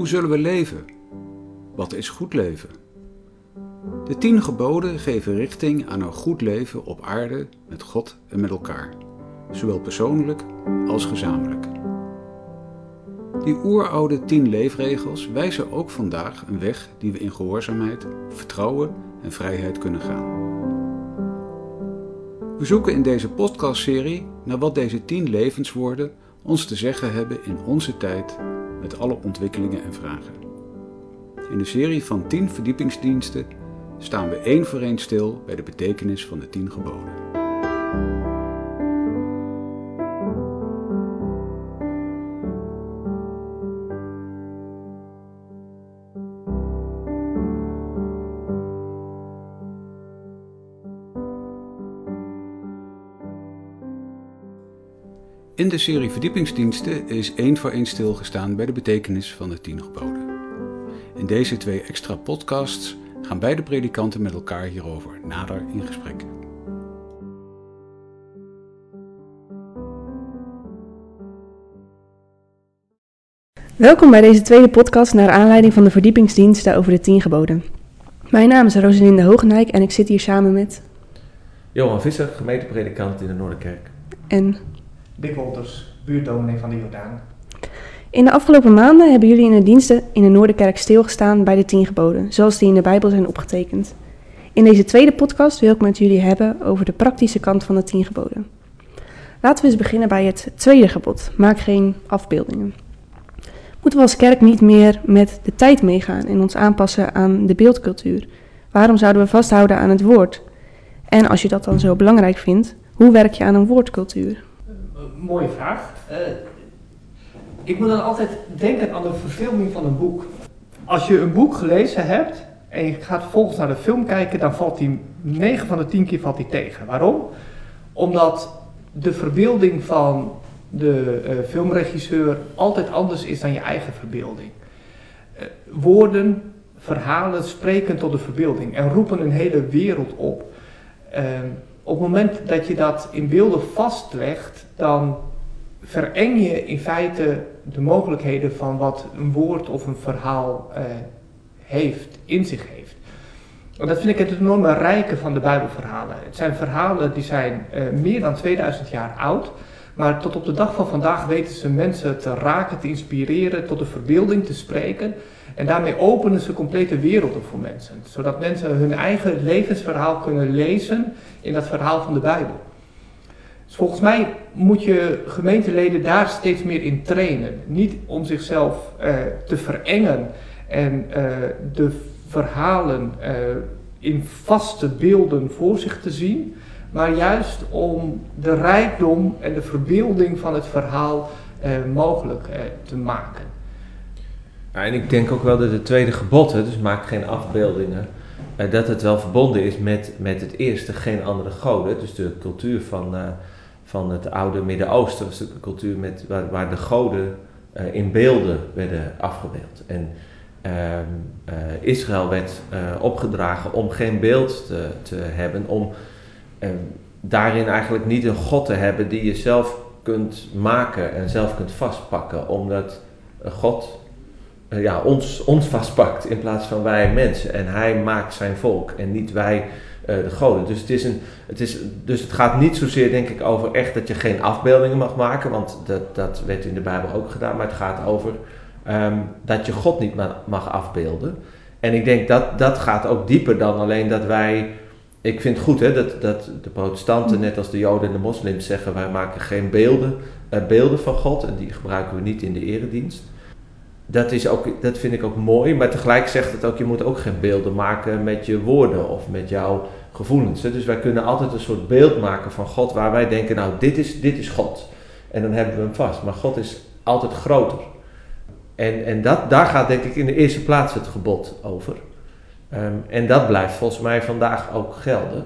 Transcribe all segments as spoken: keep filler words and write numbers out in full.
Hoe zullen we leven? Wat is goed leven? De tien geboden geven richting aan een goed leven op aarde met God en met elkaar, zowel persoonlijk als gezamenlijk. Die oeroude tien leefregels wijzen ook vandaag een weg die we in gehoorzaamheid, vertrouwen en vrijheid kunnen gaan. We zoeken in deze podcastserie naar wat deze tien levenswoorden ons te zeggen hebben in onze tijd met alle ontwikkelingen en vragen. In de serie van tien verdiepingsdiensten staan we één voor één stil bij de betekenis van de tien geboden. In de serie verdiepingsdiensten is één voor één stilgestaan bij de betekenis van de tien geboden. In deze twee extra podcasts gaan beide predikanten met elkaar hierover nader in gesprek. Welkom bij deze tweede podcast naar aanleiding van de verdiepingsdiensten over de tien geboden. Mijn naam is Rosalinde Hogenijk en ik zit hier samen met Johan Visser, gemeentepredikant in de Noorderkerk. En Dick Wolters, buurtdominee van de Jordaan. In de afgelopen maanden hebben jullie in de diensten in de Noorderkerk stilgestaan bij de tien geboden, zoals die in de Bijbel zijn opgetekend. In deze tweede podcast wil ik met jullie hebben over de praktische kant van de tien geboden. Laten we eens beginnen bij het tweede gebod, maak geen afbeeldingen. Moeten we als kerk niet meer met de tijd meegaan en ons aanpassen aan de beeldcultuur? Waarom zouden we vasthouden aan het woord? En als je dat dan zo belangrijk vindt, hoe werk je aan een woordcultuur? Mooie vraag. Uh, ik moet dan altijd denken aan de verfilming van een boek. Als je een boek gelezen hebt en je gaat vervolgens naar de film kijken, dan valt die negen van de tien keer valt die tegen. Waarom? Omdat de verbeelding van de uh, filmregisseur altijd anders is dan je eigen verbeelding. Uh, woorden, verhalen spreken tot de verbeelding en roepen een hele wereld op. Uh, Op het moment dat je dat in beelden vastlegt, dan vereng je in feite de mogelijkheden van wat een woord of een verhaal uh, heeft, in zich heeft. En dat vind ik het enorme rijke van de Bijbelverhalen. Het zijn verhalen die zijn uh, meer dan tweeduizend jaar oud, maar tot op de dag van vandaag weten ze mensen te raken, te inspireren, tot de verbeelding te spreken. En daarmee openen ze complete werelden voor mensen, zodat mensen hun eigen levensverhaal kunnen lezen in dat verhaal van de Bijbel. Dus volgens mij moet je gemeenteleden daar steeds meer in trainen. Niet om zichzelf uh, te verengen en uh, de verhalen uh, in vaste beelden voor zich te zien, maar juist om de rijkdom en de verbeelding van het verhaal uh, mogelijk uh, te maken. Ja, en ik denk ook wel dat het tweede gebod, hè, dus maak geen afbeeldingen, eh, dat het wel verbonden is met, met het eerste, geen andere goden. Dus de cultuur van, uh, van het oude Midden-Oosten, dus de cultuur met, waar, waar de goden uh, in beelden werden afgebeeld. En uh, uh, Israël werd uh, opgedragen om geen beeld te, te hebben, om uh, daarin eigenlijk niet een God te hebben die je zelf kunt maken en zelf kunt vastpakken, omdat uh, God Uh, ja, ons, ons vastpakt in plaats van wij mensen. En hij maakt zijn volk en niet wij uh, de goden. Dus het, is een, het is, dus het gaat niet zozeer denk ik over echt dat je geen afbeeldingen mag maken. Want dat, dat werd in de Bijbel ook gedaan. Maar het gaat over um, dat je God niet ma- mag afbeelden. En ik denk dat dat gaat ook dieper dan alleen dat wij... Ik vind het goed hè, dat, dat de protestanten net als de joden en de moslims zeggen... wij maken geen beelden, uh, beelden van God en die gebruiken we niet in de eredienst. Dat, is ook, dat vind ik ook mooi, maar tegelijk zegt het ook, je moet ook geen beelden maken met je woorden of met jouw gevoelens. Dus wij kunnen altijd een soort beeld maken van God waar wij denken, nou dit is, dit is God. En dan hebben we hem vast, maar God is altijd groter. En, en dat, daar gaat denk ik in de eerste plaats het gebod over. Um, en dat blijft volgens mij vandaag ook gelden.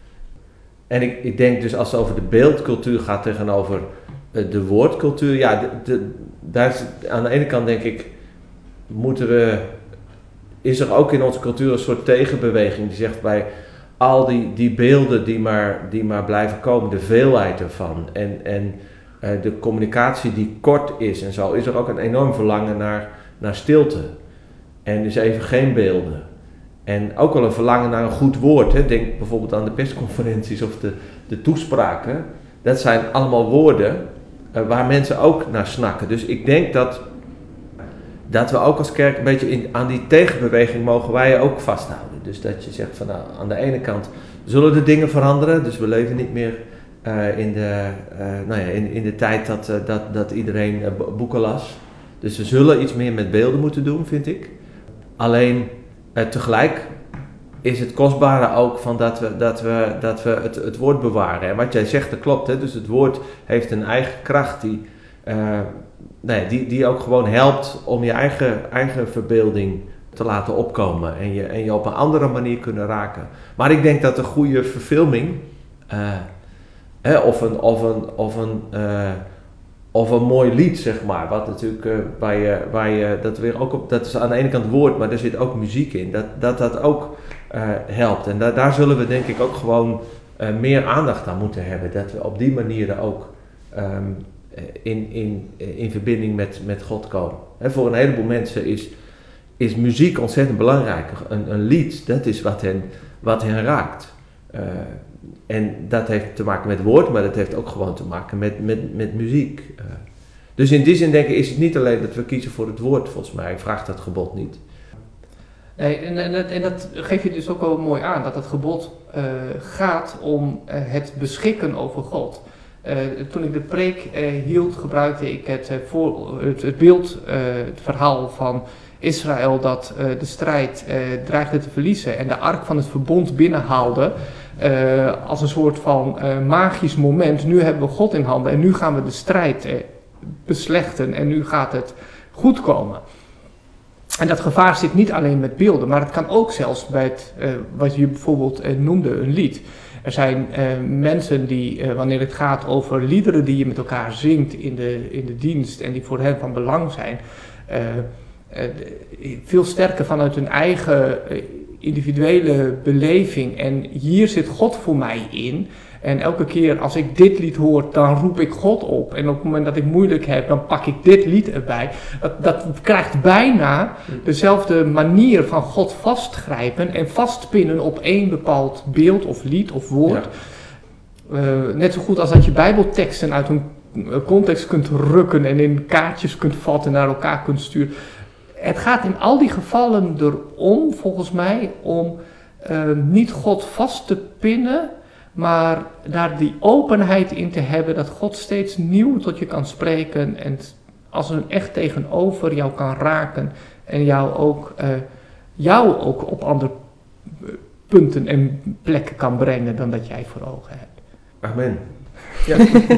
En ik, ik denk dus als het over de beeldcultuur gaat tegenover uh, de woordcultuur, ja, de, de, daar is, aan de ene kant denk ik, moeten we, is er ook in onze cultuur een soort tegenbeweging die zegt bij al die, die beelden die maar, die maar blijven komen, de veelheid ervan en, en uh, de communicatie die kort is en zo, is er ook een enorm verlangen naar naar stilte. En dus even geen beelden. En ook wel een verlangen naar een goed woord. Hè. Denk bijvoorbeeld aan de persconferenties of de, de toespraken. Dat zijn allemaal woorden uh, waar mensen ook naar snakken. Dus ik denk dat, dat we ook als kerk een beetje in, aan die tegenbeweging mogen wij ook vasthouden. Dus dat je zegt van nou, aan de ene kant zullen de dingen veranderen. Dus we leven niet meer uh, in, de, uh, nou ja, in, in de tijd dat, uh, dat, dat iedereen uh, boeken las. Dus we zullen iets meer met beelden moeten doen, vind ik. Alleen uh, tegelijk is het kostbare ook van dat we, dat we, dat we het, het woord bewaren. En wat jij zegt, dat klopt. Hè? Dus het woord heeft een eigen kracht die, uh, nee, die, die ook gewoon helpt om je eigen, eigen verbeelding te laten opkomen. En je, en je op een andere manier kunnen raken. Maar ik denk dat een goede verfilming, uh, hè, of een, of een, of een, uh, of een mooi lied, zeg maar. Wat natuurlijk uh, waar je, waar je, dat weer ook op, dat is aan de ene kant woord, maar er zit ook muziek in. Dat dat, dat ook Uh, helpt. En da- daar zullen we denk ik ook gewoon uh, meer aandacht aan moeten hebben. Dat we op die manieren ook um, in, in, in verbinding met, met God komen. En voor een heleboel mensen is, is muziek ontzettend belangrijk. Een, een lied, dat is wat hen, wat hen raakt. Uh, en dat heeft te maken met woord, maar dat heeft ook gewoon te maken met, met, met muziek. Uh, dus in die zin denk ik is het niet alleen dat we kiezen voor het woord, volgens mij vraagt dat gebod niet. Nee, en, en, dat, en dat geef je dus ook wel mooi aan, dat het gebod uh, gaat om uh, het beschikken over God. Uh, toen ik de preek uh, hield, gebruikte ik het, uh, voor, het, het beeld, uh, het verhaal van Israël dat uh, de strijd uh, dreigde te verliezen en de ark van het verbond binnenhaalde uh, als een soort van uh, magisch moment. Nu hebben we God in handen en nu gaan we de strijd uh, beslechten en nu gaat het goed komen. En dat gevaar zit niet alleen met beelden, maar het kan ook zelfs bij het, uh, wat je bijvoorbeeld uh, noemde, een lied. Er zijn uh, mensen die, uh, wanneer het gaat over liederen die je met elkaar zingt in de, in de dienst en die voor hen van belang zijn, uh, uh, veel sterker vanuit hun eigen uh, individuele beleving. En hier zit God voor mij in. En elke keer als ik dit lied hoor, dan roep ik God op. En op het moment dat ik moeilijk heb, dan pak ik dit lied erbij. Dat, dat krijgt bijna dezelfde manier van God vastgrijpen en vastpinnen op één bepaald beeld of lied of woord. Ja. Uh, net zo goed als dat je bijbelteksten uit een context kunt rukken en in kaartjes kunt vatten en naar elkaar kunt sturen. Het gaat in al die gevallen erom, volgens mij, om uh, niet God vast te pinnen, maar daar die openheid in te hebben dat God steeds nieuw tot je kan spreken en als een echt tegenover jou kan raken en jou ook, uh, jou ook op andere punten en plekken kan brengen dan dat jij voor ogen hebt. Amen. Ja.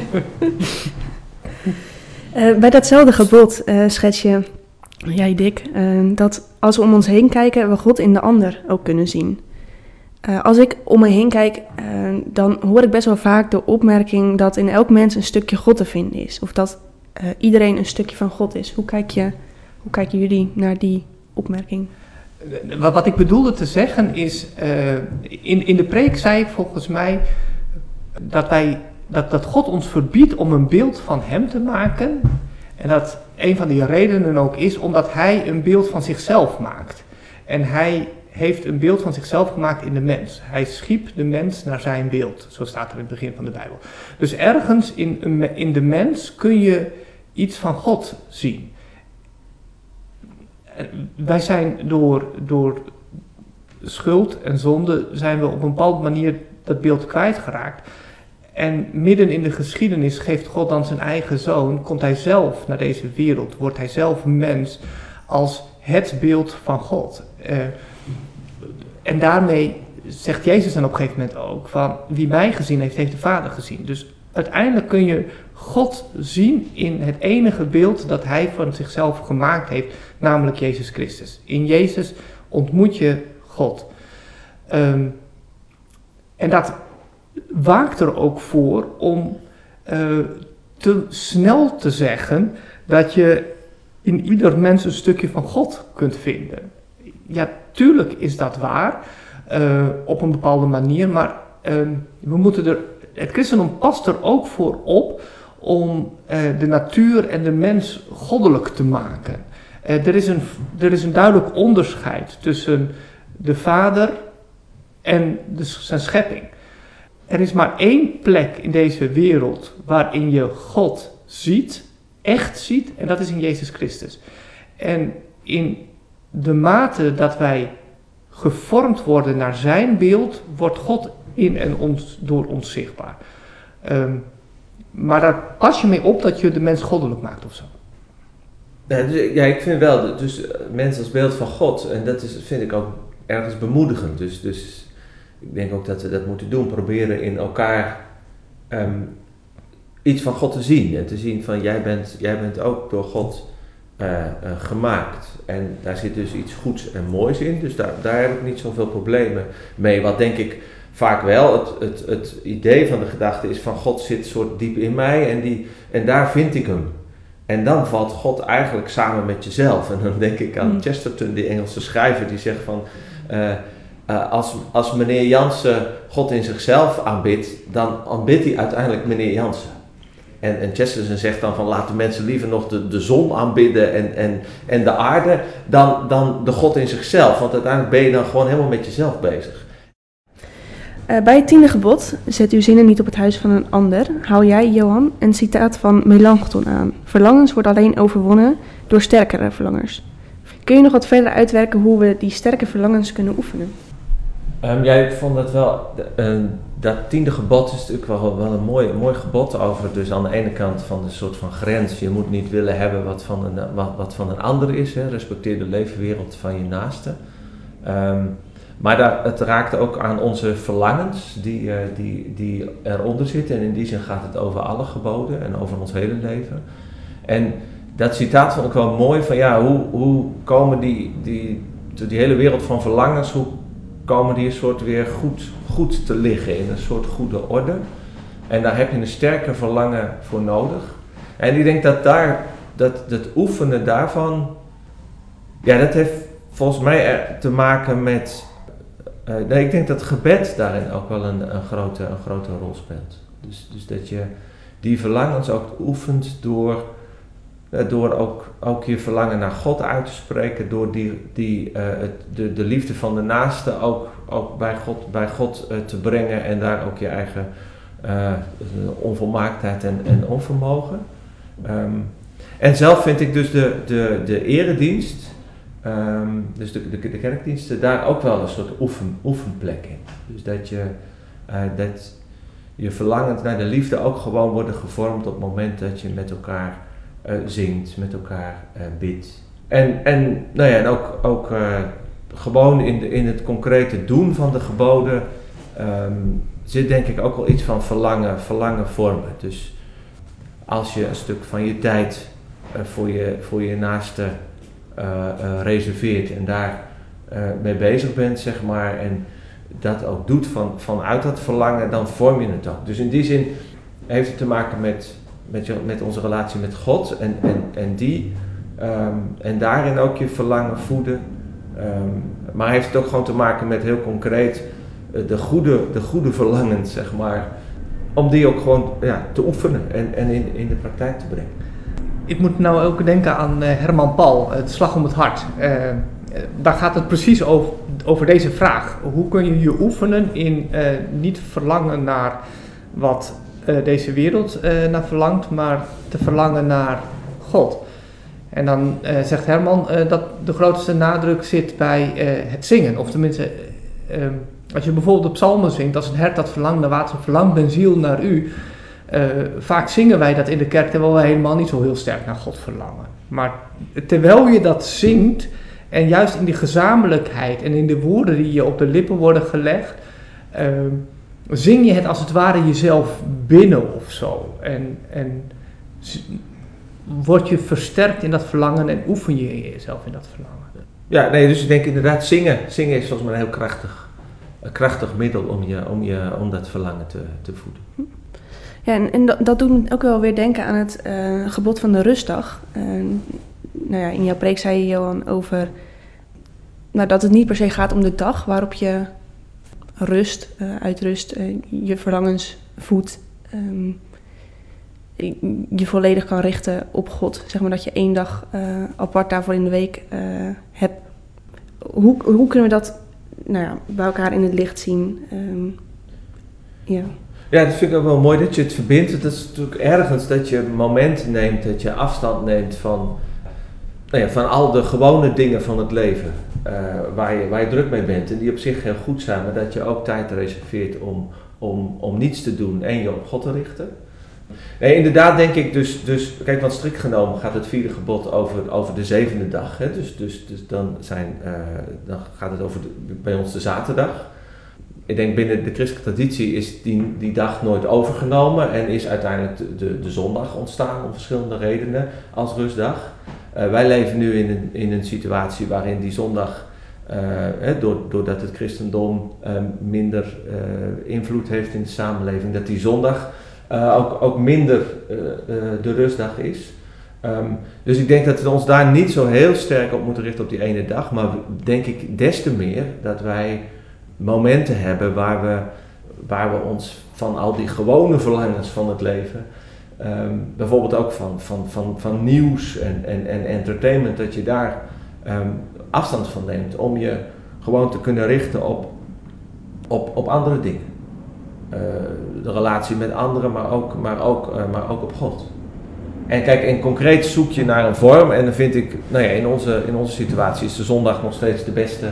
uh, bij datzelfde gebod uh, schets je, jij Dick, uh, dat als we om ons heen kijken, we God in de ander ook kunnen zien. Uh, als ik om me heen kijk, uh, dan hoor ik best wel vaak de opmerking dat in elk mens een stukje God te vinden is. Of dat uh, iedereen een stukje van God is. Hoe, kijk je, hoe kijken jullie naar die opmerking? Wat ik bedoelde te zeggen is, uh, in, in de preek zei ik volgens mij dat, wij, dat, dat God ons verbiedt om een beeld van hem te maken. En dat een van die redenen ook is omdat hij een beeld van zichzelf maakt. En hij heeft een beeld van zichzelf gemaakt in de mens. Hij schiep de mens naar zijn beeld. Zo staat er in het begin van de Bijbel. Dus ergens in, in de mens kun je iets van God zien. Wij zijn door, door schuld en zonde zijn we op een bepaalde manier dat beeld kwijtgeraakt. En midden in de geschiedenis geeft God dan zijn eigen zoon, komt hij zelf naar deze wereld, wordt hij zelf mens als het beeld van God. Uh, en daarmee zegt Jezus dan op een gegeven moment ook van wie mij gezien heeft, heeft de Vader gezien. Dus uiteindelijk kun je God zien in het enige beeld dat hij van zichzelf gemaakt heeft, namelijk Jezus Christus. In Jezus ontmoet je God. Um, en dat waakt er ook voor om uh, te snel te zeggen dat je in ieder mens een stukje van God kunt vinden. Ja, tuurlijk is dat waar, uh, op een bepaalde manier, maar uh, we moeten er, het christendom past er ook voor op om uh, de natuur en de mens goddelijk te maken. Uh, er, is een, er is een duidelijk onderscheid tussen de Vader en de, zijn schepping. Er is maar één plek in deze wereld waarin je God ziet, echt ziet, en dat is in Jezus Christus. En in de mate dat wij gevormd worden naar zijn beeld, wordt God in en ons, door ons zichtbaar. Um, maar daar pas je mee op dat je de mens goddelijk maakt of zo. Ja, dus, ja, ik vind wel, dus mens als beeld van God, en dat is, vind ik ook ergens bemoedigend. Dus, dus ik denk ook dat we dat moeten doen, proberen in elkaar um, iets van God te zien. En te zien van, jij bent, jij bent ook door God uh, uh, gemaakt. En daar zit dus iets goeds en moois in, dus daar, daar heb ik niet zoveel problemen mee. Wat denk ik vaak wel, het, het, het idee van de gedachte is van God zit soort diep in mij en, die, en daar vind ik hem. En dan valt God eigenlijk samen met jezelf. En dan denk ik aan mm. Chesterton, die Engelse schrijver, die zegt van Uh, uh, als, als meneer Jansen God in zichzelf aanbidt, dan aanbidt hij uiteindelijk meneer Jansen. En, en Chesterton zegt dan van laten mensen liever nog de, de zon aanbidden en, en, en de aarde dan, dan de God in zichzelf. Want uiteindelijk ben je dan gewoon helemaal met jezelf bezig. Uh, bij het tiende gebod, zet uw zinnen niet op het huis van een ander, haal jij, Johan, een citaat van Melanchthon aan. Verlangens worden alleen overwonnen door sterkere verlangens. Kun je nog wat verder uitwerken hoe we die sterke verlangens kunnen oefenen? Um, ja, ik vond dat wel, uh, dat tiende gebod is natuurlijk wel, wel een mooi, mooi gebod over, dus aan de ene kant van een soort van grens. Je moet niet willen hebben wat van een, wat, wat van een ander is, hè. Respecteer de leefwereld van je naaste. Um, maar daar, het raakt ook aan onze verlangens die, uh, die, die eronder zitten. En in die zin gaat het over alle geboden en over ons hele leven. En dat citaat vond ik wel mooi van ja, hoe, hoe komen die, die, die hele wereld van verlangens, hoe komen die een soort weer goed, goed te liggen in een soort goede orde. En daar heb je een sterke verlangen voor nodig. En ik denk dat daar, dat, dat oefenen daarvan, ja dat heeft volgens mij te maken met, uh, nee, ik denk dat gebed daarin ook wel een, een, grote, een grote rol speelt. Dus, dus dat je die verlangens ook oefent door Door ook, ook je verlangen naar God uit te spreken, door die, die, uh, het, de, de liefde van de naaste ook, ook bij God, bij God uh, te brengen en daar ook je eigen uh, onvolmaaktheid en, en onvermogen. Um, en zelf vind ik dus de, de, de eredienst, um, dus de, de, de kerkdiensten, daar ook wel een soort oefen, oefenplek in. Dus dat je, uh, dat je verlangens naar de liefde ook gewoon worden gevormd op het moment dat je met elkaar Uh, zingt, met elkaar uh, bidt. En, en, nou ja, en ook, ook uh, gewoon in, de, in het concrete doen van de geboden um, zit denk ik ook wel iets van verlangen, verlangen vormen. Dus als je een stuk van je tijd uh, voor, je, voor je naaste uh, uh, reserveert en daar uh, mee bezig bent, zeg maar, en dat ook doet van, vanuit dat verlangen, dan vorm je het ook. Dus in die zin heeft het te maken met Met, je, met onze relatie met God en, en, en die um, en daarin ook je verlangen voeden. Um, maar heeft het ook gewoon te maken met heel concreet uh, de, goede, de goede verlangens, zeg maar, om die ook gewoon ja, te oefenen en, en in, in de praktijk te brengen. Ik moet nou ook denken aan uh, Herman Paul, het Slag om het Hart. Uh, daar gaat het precies over, over deze vraag. Hoe kun je je oefenen in uh, niet verlangen naar wat Uh, deze wereld uh, naar verlangt, maar te verlangen naar God. En dan uh, zegt Herman uh, dat de grootste nadruk zit bij uh, het zingen. Of tenminste, uh, um, als je bijvoorbeeld de psalmen zingt, als een hert dat verlangt naar water, verlangt mijn ziel naar u. Uh, vaak zingen wij dat in de kerk, terwijl wij helemaal niet zo heel sterk naar God verlangen. Maar terwijl je dat zingt, en juist in die gezamenlijkheid en in de woorden die je op de lippen worden gelegd, Uh, zing je het als het ware jezelf binnen of zo. En, en word je versterkt in dat verlangen en oefen je jezelf in dat verlangen. Ja, nee, dus ik denk inderdaad zingen. Zingen is volgens mij een heel krachtig, een krachtig middel om, je, om, je, om dat verlangen te, te voeden. Ja, en, en dat, dat doet me ook wel weer denken aan het uh, gebod van de rustdag. Uh, nou ja, in jouw preek zei je, Johan, over nou, dat het niet per se gaat om de dag waarop je rust, uh, uitrust, uh, je verlangens voedt. Um, je volledig kan richten op God. Zeg maar dat je één dag uh, apart daarvoor in de week uh, hebt. Hoe, hoe kunnen we dat nou ja, bij elkaar in het licht zien? Um, ja. Ja, dat vind ik ook wel mooi dat je het verbindt. Het is natuurlijk ergens dat je momenten neemt, dat je afstand neemt van, nou ja, van al de gewone dingen van het leven. Uh, waar, je, waar je druk mee bent en die op zich heel goed zijn. Maar dat je ook tijd reserveert om, om, om niets te doen en je op God te richten. Nee, inderdaad denk ik dus, dus kijk, want strikt genomen gaat het vierde gebod over, over de zevende dag. Hè? Dus, dus, dus dan, zijn, uh, dan gaat het over de, bij ons de zaterdag. Ik denk binnen de christelijke traditie is die, die dag nooit overgenomen en is uiteindelijk de, de, de zondag ontstaan om verschillende redenen als rustdag. Uh, wij leven nu in een, in een situatie waarin die zondag, uh, hè, doordat het christendom uh, minder uh, invloed heeft in de samenleving, dat die zondag uh, ook, ook minder uh, uh, de rustdag is. Um, dus ik denk dat we ons daar niet zo heel sterk op moeten richten op die ene dag, maar denk ik des te meer dat wij momenten hebben waar we, waar we ons van al die gewone verlangens van het leven, um, bijvoorbeeld ook van, van, van, van nieuws en, en, en entertainment, dat je daar um, afstand van neemt om je gewoon te kunnen richten op, op, op andere dingen. Uh, de relatie met anderen, maar ook, maar, ook, uh, maar ook op God. En kijk, en concreet zoek je naar een vorm en dan vind ik, nou ja, in onze, in onze situatie is de zondag nog steeds de beste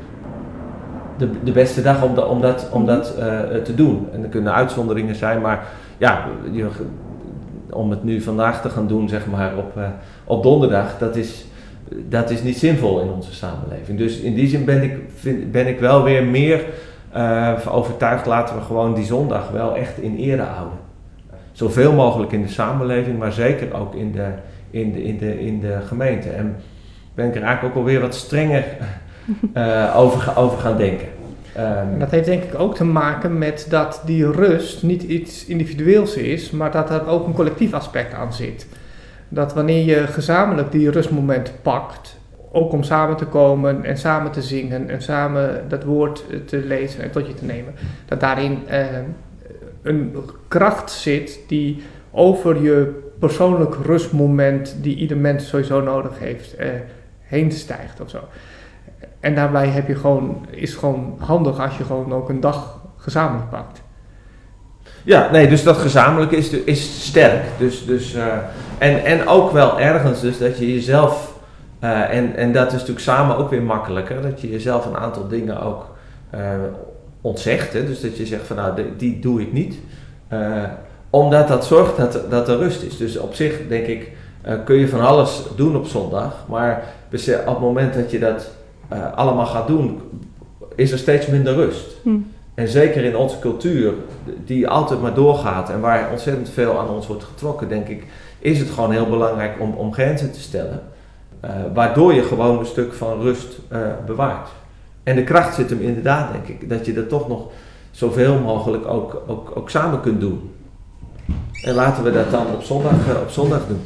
De, de beste dag om, da, om dat, om dat uh, te doen. En er kunnen uitzonderingen zijn, maar ja, je, om het nu vandaag te gaan doen, zeg maar, op, uh, op donderdag, dat is, dat is niet zinvol in onze samenleving. Dus in die zin ben ik, vind, ben ik wel weer meer uh, overtuigd, laten we gewoon die zondag wel echt in ere houden. Zoveel mogelijk in de samenleving, maar zeker ook in de, in de, in de, in de gemeente. En ben ik er eigenlijk ook alweer wat strenger Uh, over, over gaan denken. Um, dat heeft denk ik ook te maken met dat die rust niet iets individueels is, maar dat er ook een collectief aspect aan zit. Dat wanneer je gezamenlijk die rustmoment pakt, ook om samen te komen en samen te zingen en samen dat woord te lezen en tot je te nemen, dat daarin uh, een kracht zit die over je persoonlijk rustmoment die ieder mens sowieso nodig heeft, uh, heen stijgt of zo. En daarbij heb je gewoon, is het gewoon handig als je gewoon ook een dag gezamenlijk pakt. Ja, nee, dus dat gezamenlijk is, is sterk. Dus, dus, uh, en, en ook wel ergens dus dat je jezelf, uh, en, en dat is natuurlijk samen ook weer makkelijker, dat je jezelf een aantal dingen ook uh, ontzegt. Hè? Dus dat je zegt van nou, die, die doe ik niet. Uh, omdat dat zorgt dat, dat er rust is. Dus op zich denk ik, uh, kun je van alles doen op zondag. Maar op het moment dat je dat Uh, allemaal gaat doen, is er steeds minder rust. Hmm. En zeker in onze cultuur, die altijd maar doorgaat en waar ontzettend veel aan ons wordt getrokken, denk ik, is het gewoon heel belangrijk om, om grenzen te stellen. Uh, waardoor je gewoon een stuk van rust uh, bewaart. En de kracht zit hem inderdaad, denk ik, dat je dat toch nog zoveel mogelijk ook, ook, ook samen kunt doen. En laten we dat dan op zondag, uh, op zondag doen.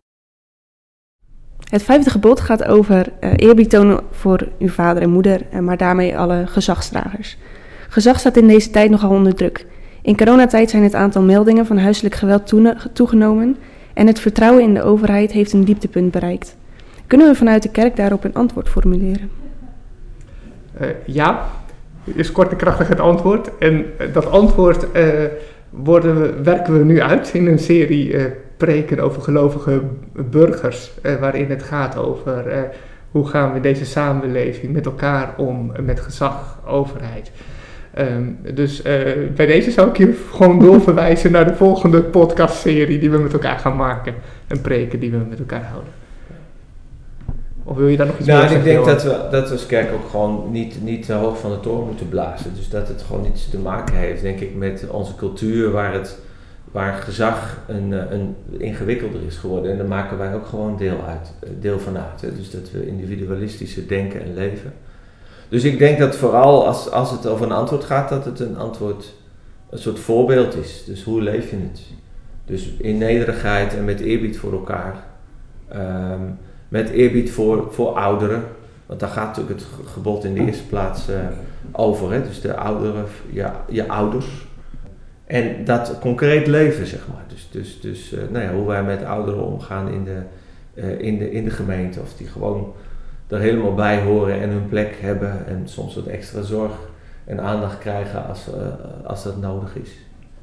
Het vijfde gebod gaat over uh, eerbied tonen voor uw vader en moeder, uh, maar daarmee alle gezagsdragers. Gezag staat in deze tijd nogal onder druk. In coronatijd zijn het aantal meldingen van huiselijk geweld toene- toegenomen en het vertrouwen in de overheid heeft een dieptepunt bereikt. Kunnen we vanuit de kerk daarop een antwoord formuleren? Uh, ja, is kort en krachtig het antwoord. En uh, dat antwoord uh, worden we, werken we nu uit in een serie uh, preken over gelovige burgers, uh, waarin het gaat over uh, hoe gaan we deze samenleving met elkaar om, uh, met gezag, overheid. Um, dus uh, bij deze zou ik je gewoon doorverwijzen naar de volgende podcastserie die we met elkaar gaan maken. Een preken die we met elkaar houden. Of wil je daar nog iets nou, meer zeggen? Ik denk dat we, dat we als kerk ook gewoon niet, niet te hoog van de toren moeten blazen. Dus dat het gewoon iets te maken heeft, denk ik, met onze cultuur waar het waar gezag een, een ingewikkelder is geworden. En daar maken wij ook gewoon deel, uit, deel van uit. Hè? Dus dat we individualistischer denken en leven. Dus ik denk dat vooral als, als het over een antwoord gaat, dat het een antwoord een soort voorbeeld is. Dus hoe leef je het? Dus in nederigheid en met eerbied voor elkaar. Um, met eerbied voor, voor ouderen. Want daar gaat natuurlijk het gebod in de eerste plaats uh, over. Hè? Dus de ouderen, ja, je ouders. En dat concreet leven, zeg maar. Dus, dus, dus uh, nou ja, hoe wij met ouderen omgaan in de, uh, in, de, in de gemeente. Of die gewoon er helemaal bij horen en hun plek hebben. En soms wat extra zorg en aandacht krijgen als, uh, als dat nodig is.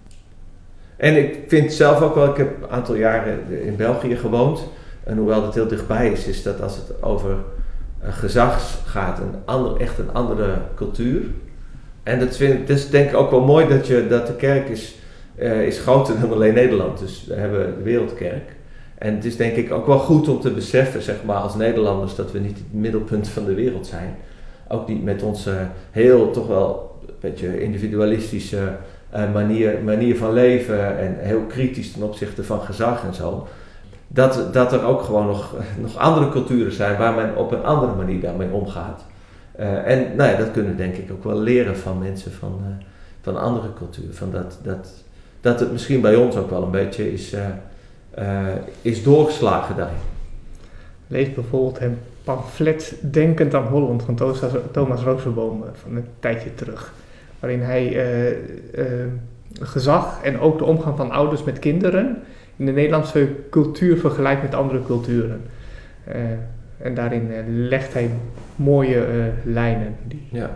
En ik vind zelf ook wel, ik heb een aantal jaren in België gewoond. En hoewel dat heel dichtbij is, is dat als het over uh, gezag gaat, een ander, echt een andere cultuur. En dat vind ik, dus denk ik ook wel mooi dat, je, dat de kerk is, uh, is groter dan alleen Nederland. Dus we hebben de Wereldkerk. En het is denk ik ook wel goed om te beseffen, zeg maar, als Nederlanders, dat we niet het middelpunt van de wereld zijn. Ook niet met onze heel, toch wel een beetje individualistische uh, manier, manier van leven en heel kritisch ten opzichte van gezag en zo. Dat, dat er ook gewoon nog, nog andere culturen zijn waar men op een andere manier daarmee omgaat. Uh, en nou ja, dat kunnen we denk ik ook wel leren van mensen van, uh, van andere culturen. Van dat, dat, dat het misschien bij ons ook wel een beetje is, uh, uh, is doorgeslagen daarin. Lees bijvoorbeeld het pamflet Denkend aan Holland van Thomas Rozenboom van een tijdje terug. Waarin hij uh, uh, gezag en ook de omgang van ouders met kinderen in de Nederlandse cultuur vergelijkt met andere culturen. Uh, en daarin uh, legt hij mooie uh, lijnen. Die... Ja.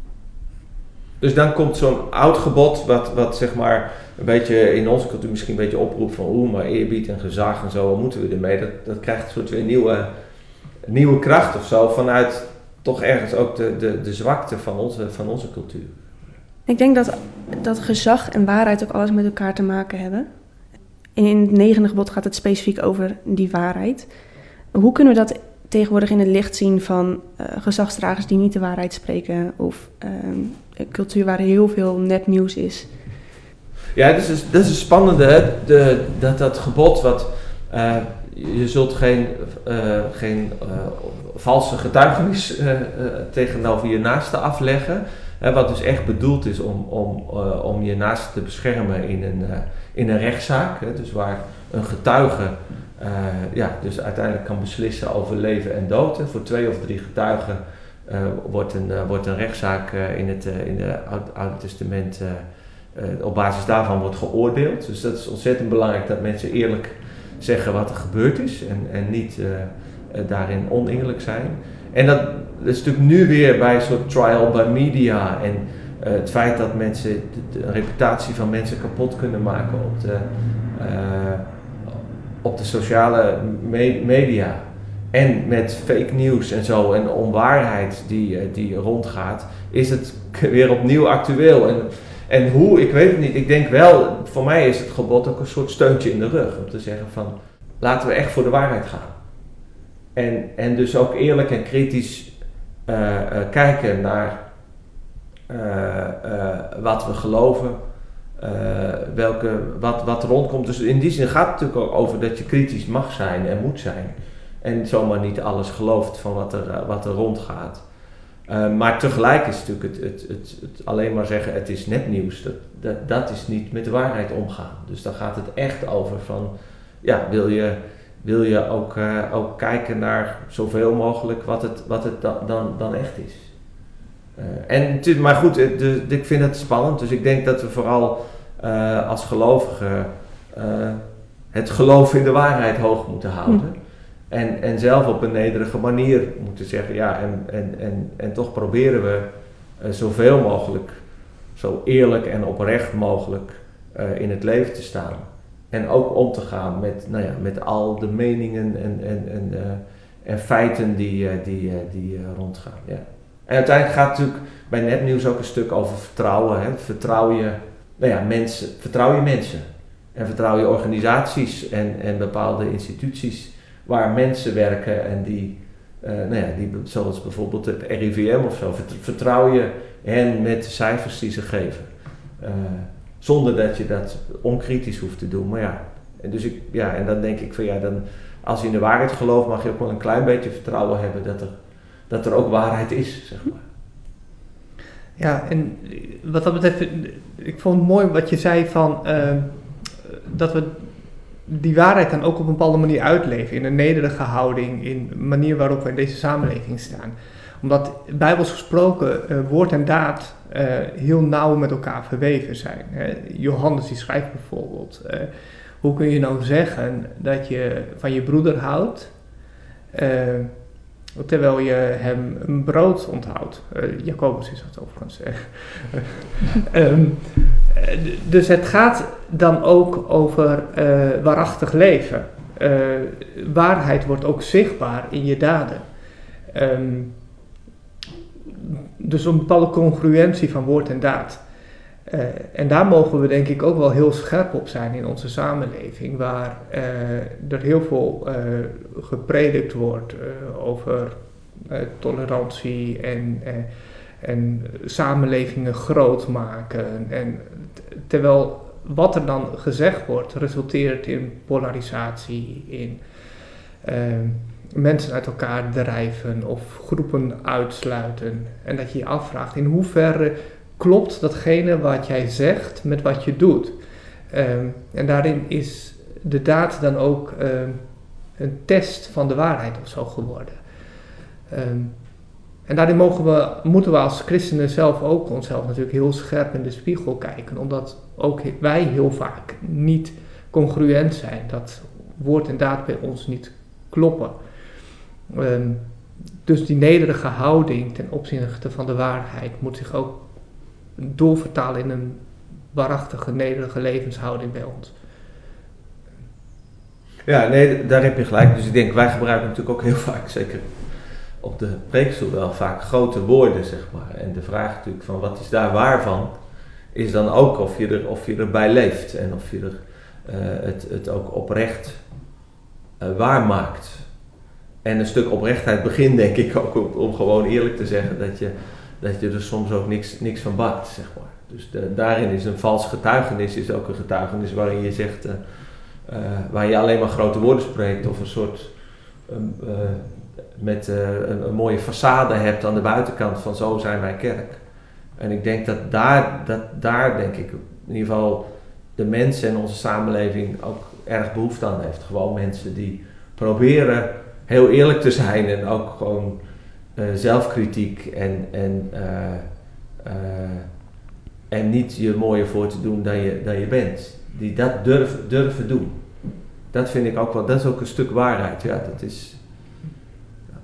Dus dan komt zo'n oud gebod, wat, wat zeg maar een beetje in onze cultuur misschien een beetje oproept van oeh, maar eerbied en gezag en zo, wat moeten we ermee? Dat, dat krijgt een soort weer nieuwe, nieuwe kracht of zo, vanuit toch ergens ook de, de, de zwakte van onze, van onze cultuur. Ik denk dat, dat gezag en waarheid ook alles met elkaar te maken hebben. In het negende gebod gaat het specifiek over die waarheid. Hoe kunnen we dat tegenwoordig in het licht zien van uh, gezagsdragers die niet de waarheid spreken of uh, een cultuur waar heel veel nepnieuws is? Ja, dat is, dat is een spannende, hè? De, dat, dat gebod wat, uh, je zult geen, uh, geen uh, valse getuigenis uh, uh, tegenover je naaste afleggen. Hè, wat dus echt bedoeld is om, om, uh, om je naaste te beschermen in een, uh, in een rechtszaak. Hè? Dus waar een getuige uh, ja, dus uiteindelijk kan beslissen over leven en dood. Hè? Voor twee of drie getuigen uh, wordt, een, uh, wordt een rechtszaak uh, in het uh, in de Oude, Oude Testament uh, uh, op basis daarvan wordt geoordeeld. Dus dat is ontzettend belangrijk dat mensen eerlijk zeggen wat er gebeurd is en, en niet uh, uh, daarin oneerlijk zijn. En dat, dat is natuurlijk nu weer bij een soort trial by media en uh, het feit dat mensen de, de reputatie van mensen kapot kunnen maken op de, uh, op de sociale me- media. En met fake news en zo en onwaarheid die, uh, die rondgaat, is het weer opnieuw actueel. En, en hoe, ik weet het niet. Ik denk wel, voor mij is het gebod ook een soort steuntje in de rug. Om te zeggen van, laten we echt voor de waarheid gaan. En, en dus ook eerlijk en kritisch uh, uh, kijken naar uh, uh, wat we geloven, uh, welke, wat, wat er rondkomt. Dus in die zin gaat het natuurlijk ook over dat je kritisch mag zijn en moet zijn. En zomaar niet alles gelooft van wat er, uh, wat er rondgaat. Uh, maar tegelijk is natuurlijk het, het, het, het alleen maar zeggen het is nepnieuws, dat, dat, dat is niet met de waarheid omgaan. Dus dan gaat het echt over van, ja, wil je... wil je ook, uh, ook kijken naar zoveel mogelijk wat het, wat het da- dan, dan echt is. Uh, en, maar goed, de, de, ik vind het spannend, dus ik denk dat we vooral uh, als gelovigen uh, het geloof in de waarheid hoog moeten houden. Mm. En, en zelf op een nederige manier moeten zeggen, ja, en, en, en, en toch proberen we uh, zoveel mogelijk, zo eerlijk en oprecht mogelijk uh, in het leven te staan. En ook om te gaan met, nou ja, met al de meningen en, en, en, uh, en feiten die, uh, die, uh, die uh, rondgaan. Ja. En uiteindelijk gaat het natuurlijk bij nepnieuws ook een stuk over vertrouwen. Hè. Vertrouw je, nou ja, mensen, vertrouw je mensen. En vertrouw je organisaties en, en bepaalde instituties waar mensen werken. En die, uh, nou ja, die, zoals bijvoorbeeld het R I V M of zo, vertrouw je hen met de cijfers die ze geven. Uh, Zonder dat je dat onkritisch hoeft te doen. Maar ja, en, dus ik, ja, en dan denk ik van ja, dan, als je in de waarheid gelooft, mag je ook wel een klein beetje vertrouwen hebben dat er, dat er ook waarheid is, zeg maar. Ja, en wat dat betreft, ik vond het mooi wat je zei van uh, dat we die waarheid dan ook op een bepaalde manier uitleven. In een nederige houding, in de manier waarop we in deze samenleving staan. Omdat bijbels gesproken uh, woord en daad uh, heel nauw met elkaar verweven zijn. Hè. Johannes die schrijft bijvoorbeeld, uh, hoe kun je nou zeggen dat je van je broeder houdt, uh, terwijl je hem een brood onthoudt. Uh, Jacobus is dat overigens. um, dus het gaat dan ook over uh, waarachtig leven. Uh, waarheid wordt ook zichtbaar in je daden. Um, dus een bepaalde congruentie van woord en daad. Uh, en daar mogen we denk ik ook wel heel scherp op zijn in onze samenleving, waar uh, er heel veel uh, gepredikt wordt uh, over uh, tolerantie en, uh, en samenlevingen groot maken. En t- terwijl wat er dan gezegd wordt resulteert in polarisatie, in uh, mensen uit elkaar drijven of groepen uitsluiten. En dat je je afvraagt in hoeverre klopt datgene wat jij zegt met wat je doet. Um, en daarin is de daad dan ook um, een test van de waarheid of zo geworden. Um, en daarin mogen we, moeten we als christenen zelf ook onszelf natuurlijk heel scherp in de spiegel kijken. Omdat ook wij heel vaak niet congruent zijn. Dat woord en daad bij ons niet kloppen. Um, dus die nederige houding ten opzichte van de waarheid moet zich ook doorvertalen in een waarachtige, nederige levenshouding bij ons. Ja, nee, daar heb je gelijk. Dus ik denk, wij gebruiken natuurlijk ook heel vaak, zeker op de preekstoel wel vaak grote woorden, zeg maar. En de vraag natuurlijk van wat is daar waar van, is dan ook of je, er, of je erbij leeft en of je er, uh, het, het ook oprecht uh, waar maakt. En een stuk oprechtheid begint denk ik ook om, om gewoon eerlijk te zeggen dat je, dat je er soms ook niks, niks van bakt, zeg maar. Dus de, daarin is een vals getuigenis is ook een getuigenis waarin je zegt, uh, uh, waar je alleen maar grote woorden spreekt of een soort um, uh, met uh, een, een mooie façade hebt aan de buitenkant van zo zijn wij kerk. En ik denk dat daar, dat daar denk ik in ieder geval de mensen en onze samenleving ook erg behoefte aan heeft. Gewoon mensen die proberen heel eerlijk te zijn en ook gewoon uh, zelfkritiek en, en, uh, uh, en niet je mooier voor te doen dan je, dan je bent. Die dat durven, durven doen. Dat vind ik ook wel, dat is ook een stuk waarheid. Ja, dat is... Ja.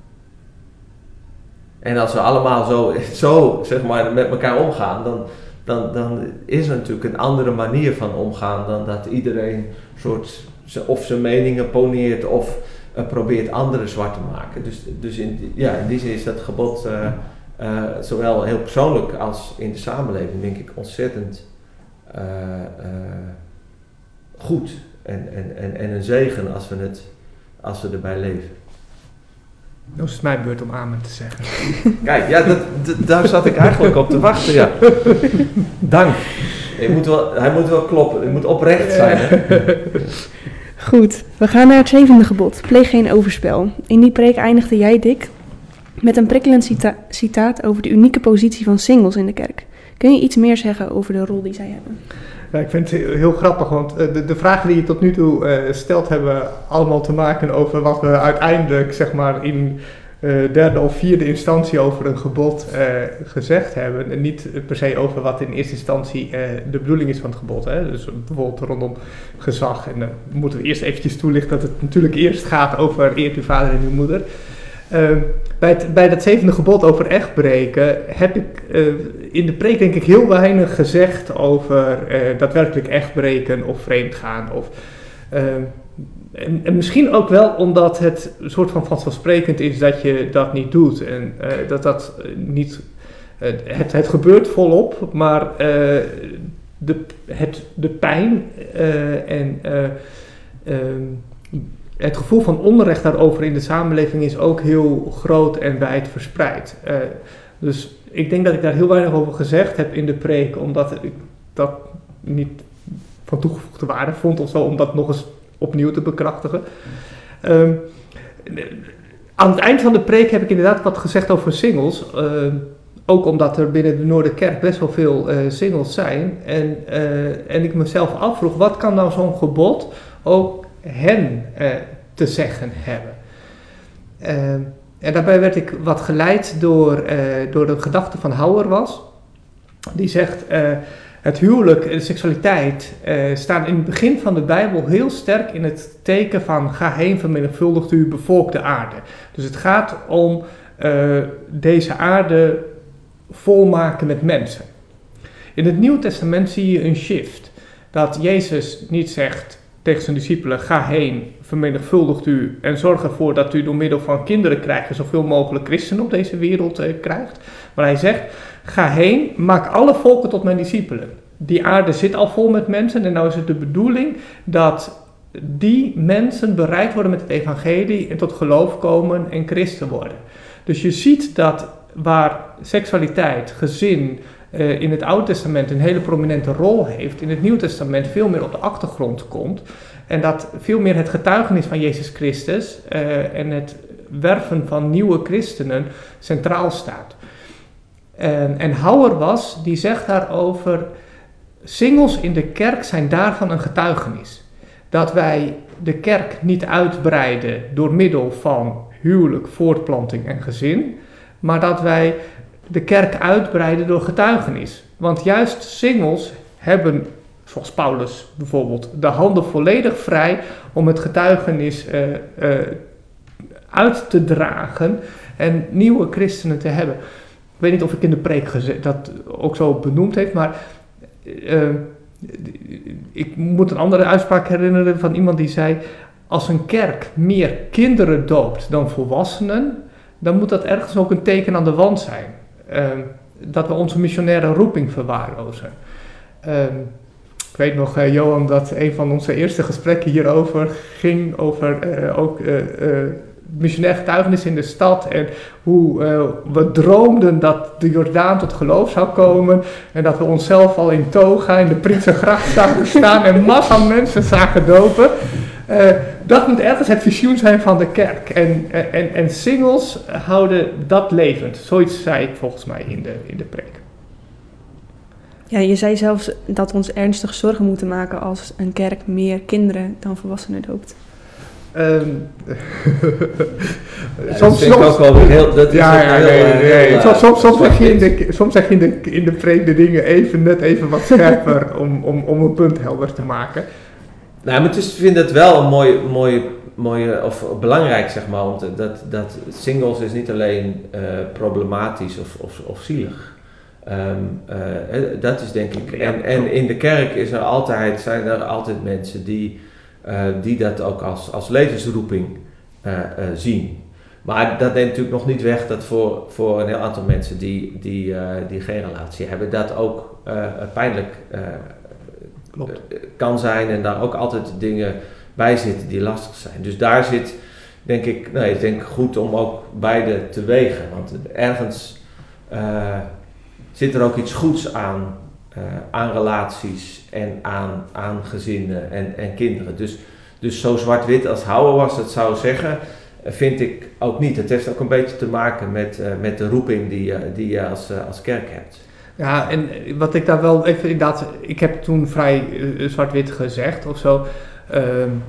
En als we allemaal zo, zo zeg maar, met elkaar omgaan, dan, dan, dan is er natuurlijk een andere manier van omgaan dan dat iedereen soort, of zijn meningen poneert of uh, probeert anderen zwart te maken. Dus, dus in, ja, in die zin is dat gebod uh, uh, zowel heel persoonlijk als in de samenleving denk ik ontzettend uh, uh, goed en, en, en, en een zegen als we, het, als we erbij leven. Nu is het mijn beurt om amen te zeggen. Kijk, ja, dat, dat, daar zat ik eigenlijk op te wachten, ja. Dank. Je moet wel, hij moet wel kloppen, hij moet oprecht zijn. Hè? Goed, we gaan naar het zevende gebod. Pleeg geen overspel. In die preek eindigde jij, Dick, met een prikkelend cita- citaat over de unieke positie van singles in de kerk. Kun je iets meer zeggen over de rol die zij hebben? Ja, ik vind het heel, heel grappig, want de, de vragen die je tot nu toe uh, stelt hebben allemaal te maken over wat we uiteindelijk zeg maar in uh, derde of vierde instantie over een gebod uh, gezegd hebben. En niet per se over wat in eerste instantie uh, de bedoeling is van het gebod. Hè? Dus bijvoorbeeld rondom gezag. En dan uh, moeten we eerst eventjes toelichten dat het natuurlijk eerst gaat over eert uw vader en uw moeder. Uh, bij, het, bij dat zevende gebod over echtbreken heb ik uh, in de preek denk ik heel weinig gezegd over uh, daadwerkelijk echtbreken of vreemdgaan. Of, uh, en, en misschien ook wel omdat het een soort van vanzelfsprekend is dat je dat niet doet. En uh, dat dat niet, uh, het, het gebeurt volop, maar uh, de, het, de pijn uh, en... Uh, uh, Het gevoel van onrecht daarover in de samenleving is ook heel groot en wijd verspreid. Uh, dus ik denk dat ik daar heel weinig over gezegd heb in de preek, omdat ik dat niet van toegevoegde waarde vond of zo, om dat nog eens opnieuw te bekrachtigen. Um, aan het eind van de preek heb ik inderdaad wat gezegd over singles. Uh, ook omdat er binnen de Noorderkerk best wel veel uh, singles zijn. En, uh, en ik mezelf afvroeg, wat kan nou zo'n gebod ook hen uh, te zeggen hebben. Uh, en daarbij werd ik wat geleid door, uh, door de gedachte van Hauerwas. Die zegt, uh, het huwelijk en de seksualiteit uh, staan in het begin van de Bijbel heel sterk in het teken van ga heen, vermenigvuldigt u, bevolk de aarde. Dus het gaat om uh, deze aarde volmaken met mensen. In het Nieuwe Testament zie je een shift. Dat Jezus niet zegt tegen zijn discipelen, ga heen, vermenigvuldigt u en zorg ervoor dat u door middel van kinderen krijgen zoveel mogelijk christenen op deze wereld uh, krijgt. Maar hij zegt, ga heen, maak alle volken tot mijn discipelen. Die aarde zit al vol met mensen en nou is het de bedoeling dat die mensen bereid worden met het evangelie en tot geloof komen en christen worden. Dus je ziet dat waar seksualiteit, gezin uh, in het Oude Testament een hele prominente rol heeft, in het Nieuwe Testament veel meer op de achtergrond komt. En dat veel meer het getuigenis van Jezus Christus uh, en het werven van nieuwe christenen centraal staat. En, en Hauerwas die zegt daarover, singles in de kerk zijn daarvan een getuigenis. Dat wij de kerk niet uitbreiden door middel van huwelijk, voortplanting en gezin, maar dat wij de kerk uitbreiden door getuigenis. Want juist singles hebben, zoals Paulus bijvoorbeeld, de handen volledig vrij om het getuigenis uh, uh, uit te dragen en nieuwe christenen te hebben. Ik weet niet of ik in de preek gezet, dat ook zo benoemd heeft, maar uh, ik moet een andere uitspraak herinneren van iemand die zei, als een kerk meer kinderen doopt dan volwassenen, dan moet dat ergens ook een teken aan de wand zijn. Uh, dat we onze missionaire roeping verwaarlozen. Uh, ik weet nog, uh, Johan, dat een van onze eerste gesprekken hierover ging over uh, ook uh, uh, missionair getuigenis in de stad en hoe uh, we droomden dat de Jordaan tot geloof zou komen en dat we onszelf al in toga in de Prinsengracht zagen staan en massa mensen zagen dopen. Uh, dat moet ergens het visioen zijn van de kerk. En, en, en singles houden dat levend. Zoiets zei ik volgens mij in de, in de preek. Ja, je zei zelfs dat we ons ernstig zorgen moeten maken als een kerk meer kinderen dan volwassenen doopt. Um, ja, soms vind ik ook wel heel... Dat is ja, ja, heel, nee, heel, nee. heel, soms, soms, soms, zeg je in de, de, soms zeg je in de, in de preek de dingen even net even wat scherper om, om, om een punt helder te maken. Nou, maar het is, ik vind het wel een mooi, mooi, mooi of belangrijk, zeg maar, want dat, dat singles is niet alleen uh, problematisch of, of, of zielig. Um, uh, dat is denk ik. En, en in de kerk is er altijd, zijn er altijd mensen die, uh, die dat ook als, als levensroeping uh, uh, zien. Maar dat neemt natuurlijk nog niet weg dat voor, voor een heel aantal mensen die, die, uh, die geen relatie hebben, dat ook uh, pijnlijk uh, Klopt. kan zijn en daar ook altijd dingen bij zitten die lastig zijn. Dus daar zit, denk ik, nee, ik denk goed om ook beide te wegen. Want ergens uh, zit er ook iets goeds aan, uh, aan relaties en aan, aan gezinnen en, en kinderen. Dus, dus zo zwart-wit als Hauerwas het zou zeggen, vind ik ook niet. Het heeft ook een beetje te maken met, uh, met de roeping die, uh, die je als, uh, als kerk hebt. Ja, en wat ik daar wel even inderdaad, ik heb toen vrij uh, zwart-wit gezegd of zo, uh,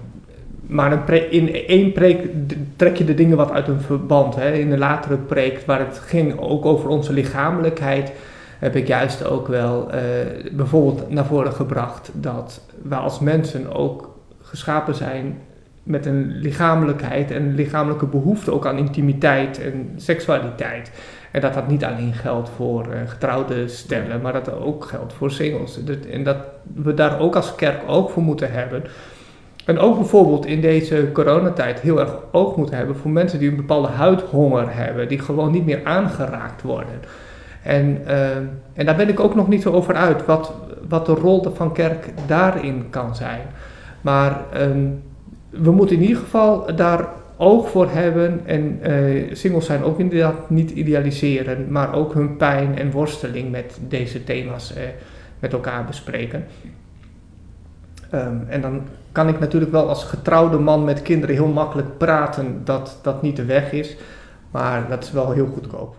maar een pre- in één preek trek je de dingen wat uit een verband. Hè. In een latere preek, waar het ging ook over onze lichamelijkheid, heb ik juist ook wel uh, bijvoorbeeld naar voren gebracht dat we als mensen ook geschapen zijn met een lichamelijkheid en een lichamelijke behoefte ook aan intimiteit en seksualiteit. En dat dat niet alleen geldt voor uh, getrouwde stellen, maar dat dat ook geldt voor singles. En dat we daar ook als kerk ook voor moeten hebben. En ook bijvoorbeeld in deze coronatijd heel erg oog moeten hebben voor mensen die een bepaalde huidhonger hebben, die gewoon niet meer aangeraakt worden. En, uh, en daar ben ik ook nog niet zo over uit, wat, wat de rol van kerk daarin kan zijn. Maar um, we moeten in ieder geval daar oog voor hebben en uh, singles zijn ook inderdaad niet idealiseren, maar ook hun pijn en worsteling met deze thema's uh, met elkaar bespreken. Um, en dan kan ik natuurlijk wel als getrouwde man met kinderen heel makkelijk praten dat dat niet de weg is, maar dat is wel heel goedkoop.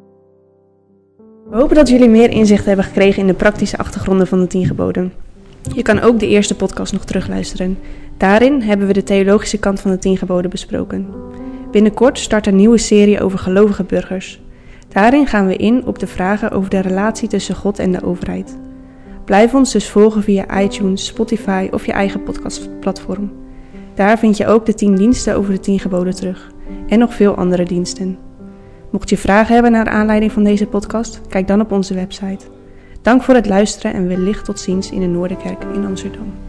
We hopen dat jullie meer inzicht hebben gekregen in de praktische achtergronden van de tien geboden. Je kan ook de eerste podcast nog terugluisteren. Daarin hebben we de theologische kant van de tien geboden besproken. Binnenkort start een nieuwe serie over gelovige burgers. Daarin gaan we in op de vragen over de relatie tussen God en de overheid. Blijf ons dus volgen via iTunes, Spotify of je eigen podcastplatform. Daar vind je ook de tien diensten over de tien geboden terug. En nog veel andere diensten. Mocht je vragen hebben naar aanleiding van deze podcast, kijk dan op onze website. Dank voor het luisteren en wellicht tot ziens in de Noorderkerk in Amsterdam.